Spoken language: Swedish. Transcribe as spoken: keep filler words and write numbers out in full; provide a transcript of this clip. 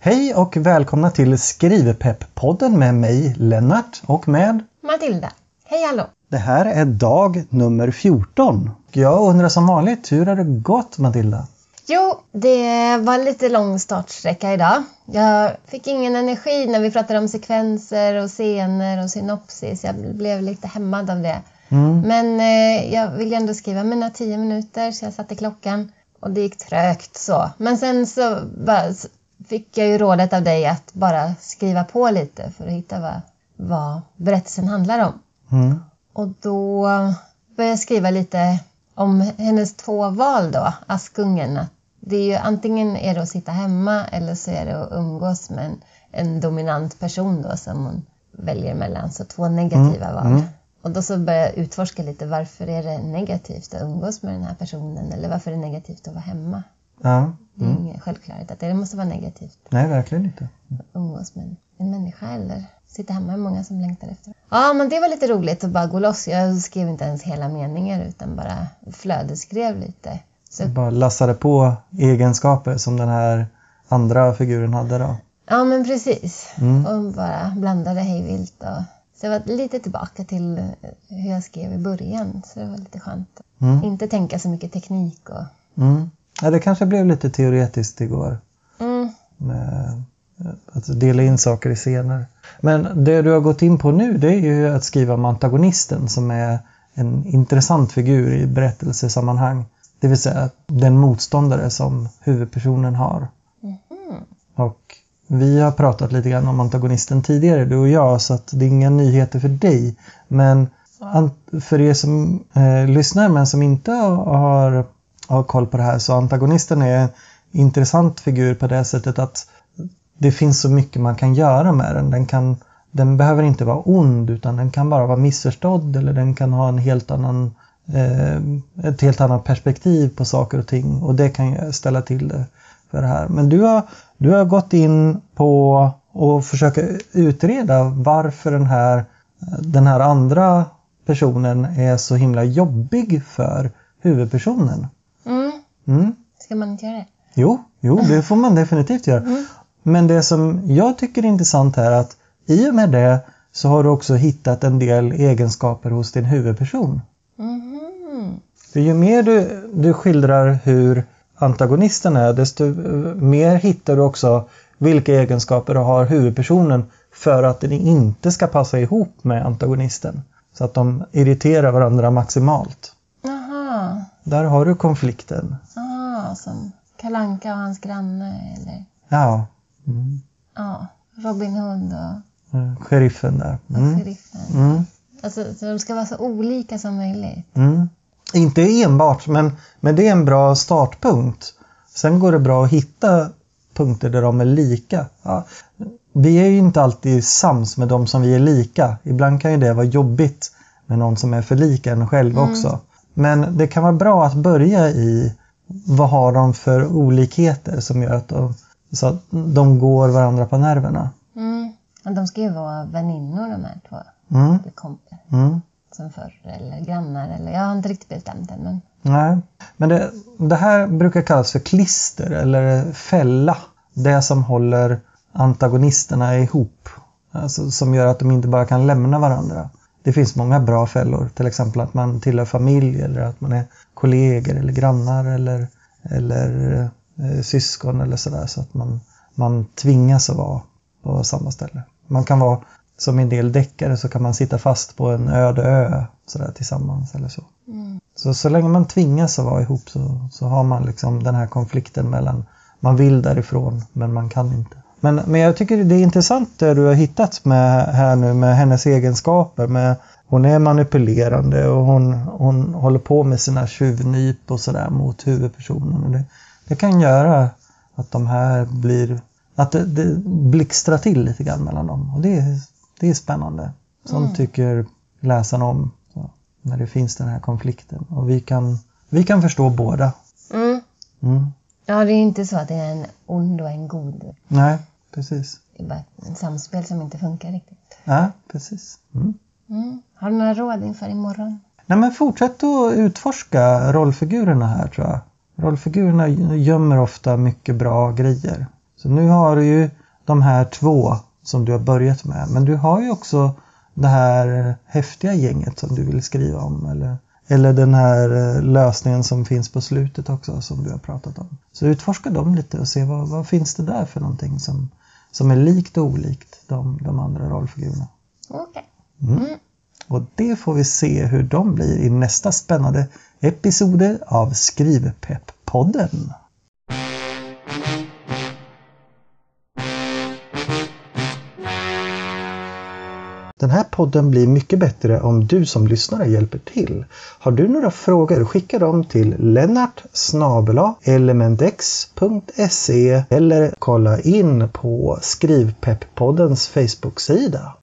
Hej och välkomna till Skrivepepp-podden med mig, Lennart, och med Matilda. Hej hallå! Det här är dag nummer fjorton. Jag undrar som vanligt, hur har det gått, Matilda? Jo, det var lite lång startsträcka idag. Jag fick ingen energi när vi pratade om sekvenser och scener och synopsis. Jag blev lite hämmad av det. Mm. Men eh, jag ville ändå skriva mina tio minuter så jag satte klockan. Och det gick trögt så. Men sen så bara fick jag ju rådet av dig att bara skriva på lite för att hitta vad, vad berättelsen handlar om. Mm. Och då började jag skriva lite om hennes två val då, Askungen. Det är ju antingen är det att sitta hemma eller så är det att umgås med en, en dominant person då som hon väljer mellan. Så två negativa mm. val. Mm. Och då så började jag utforska lite varför är det negativt att umgås med den här personen eller varför är det negativt att vara hemma. Ja. Mm. Det är ingen självklarhet att det måste vara negativt. Nej, verkligen inte. Att umgås med en människa eller sitta hemma med många som längtar efter. Ja, men det var lite roligt att bara gå loss. Jag skrev inte ens hela meningar utan bara flödeskrev lite. Så bara lassade på egenskaper som den här andra figuren hade då. Ja, men precis. Mm. Och bara blandade hejvilt. Och så jag var lite tillbaka till hur jag skrev i början. Så det var lite skönt. Mm. Inte tänka så mycket teknik. Och... Mm. Ja, det kanske blev lite teoretiskt igår. Mm. Med att dela in saker i scener. Men det du har gått in på nu, det är ju att skriva om antagonisten som är en intressant figur i berättelsesammanhang. Det vill säga den motståndare som huvudpersonen har. Mm-hmm. Och vi har pratat lite grann om antagonisten tidigare, du och jag, så att det är inga nyheter för dig. Men för er som eh, lyssnar men som inte har, har koll på det här, så antagonisten är en intressant figur på det sättet att det finns så mycket man kan göra med den. Den, kan, den behöver inte vara ond utan den kan bara vara missförstådd eller den kan ha en helt annan, eh, ett helt annat perspektiv på saker och ting. Och det kan ju ställa till det för det här. Men du har, du har gått in på och försöka utreda varför den här, den här andra personen är så himla jobbig för huvudpersonen. Mm. Mm. Ska man inte göra det? Jo, jo, det får man definitivt göra. Mm. Men det som jag tycker är intressant är att i och med det så har du också hittat en del egenskaper hos din huvudperson. Mm. För ju mer du, du skildrar hur antagonisten är, desto mer hittar du också vilka egenskaper har huvudpersonen för att den inte ska passa ihop med antagonisten. Så att de irriterar varandra maximalt. Aha. Där har du konflikten. Ah, som Kalle Anka och hans granne eller... Ja. Mm. Ja, Robin Hood och... Mm, sheriffen där. Mm. Och sheriffen. Mm. Alltså, så de ska vara så olika som möjligt. Mm. Inte enbart, men, men det är en bra startpunkt. Sen går det bra att hitta punkter där de är lika. Ja. Vi är ju inte alltid sams med de som vi är lika. Ibland kan ju det vara jobbigt med någon som är för lika en själv mm. också. Men det kan vara bra att börja i vad har de för olikheter som gör att de, så att de går varandra på nerverna. Mm. Och de ska ju vara väninnor de här två. Mm. Eller kompisar. Mm. Som förr. Eller grannar. Eller jag har inte riktigt bestämt det. Men... Nej. Men det, det här brukar kallas för klister. Eller fälla. Det som håller antagonisterna ihop. Alltså, som gör att de inte bara kan lämna varandra. Det finns många bra fällor. Till exempel att man tillhör familj. Eller att man är kollegor eller grannar. Eller, eller eh, syskon eller sådär. Så att man, man tvingas att vara på samma ställe. Man kan vara, som en del deckare så kan man sitta fast på en öde ö sådär tillsammans eller så. Mm. Så så länge man tvingas att vara ihop så, så har man liksom den här konflikten mellan man vill därifrån men man kan inte. Men, men jag tycker det är intressant det du har hittat med här nu med hennes egenskaper. Med, hon är manipulerande och hon, hon håller på med sina tjuvnyp och sådär mot huvudpersonen. Och det, det kan göra att de här blir... Att det, det blixtrar till lite grann mellan dem. Och det är, det är spännande. Sånt mm. tycker läsarna om. Så, när det finns den här konflikten. Och vi kan, vi kan förstå båda. Mm. Mm. Ja, det är inte så att det är en ond och en god. Nej, precis. Det är bara ett samspel som inte funkar riktigt. Ja, precis. Mm. Mm. Har du några råd inför imorgon? Nej, men fortsätt att utforska rollfigurerna här tror jag. Rollfigurerna gömmer ofta mycket bra grejer. Så nu har du ju de här två som du har börjat med. Men du har ju också det här häftiga gänget som du vill skriva om. Eller, eller den här lösningen som finns på slutet också som du har pratat om. Så utforska dem lite och se vad, vad finns det där för någonting som, som är likt och olikt de, de andra rollfigurerna. Okej. Okay. Mm. Och det får vi se hur de blir i nästa spännande episode av Skrivpepp-podden. Den här podden blir mycket bättre om du som lyssnare hjälper till. Har du några frågor, skicka dem till lennart snabel-a elementx punkt se eller kolla in på Skrivpepp-poddens Facebook-sida.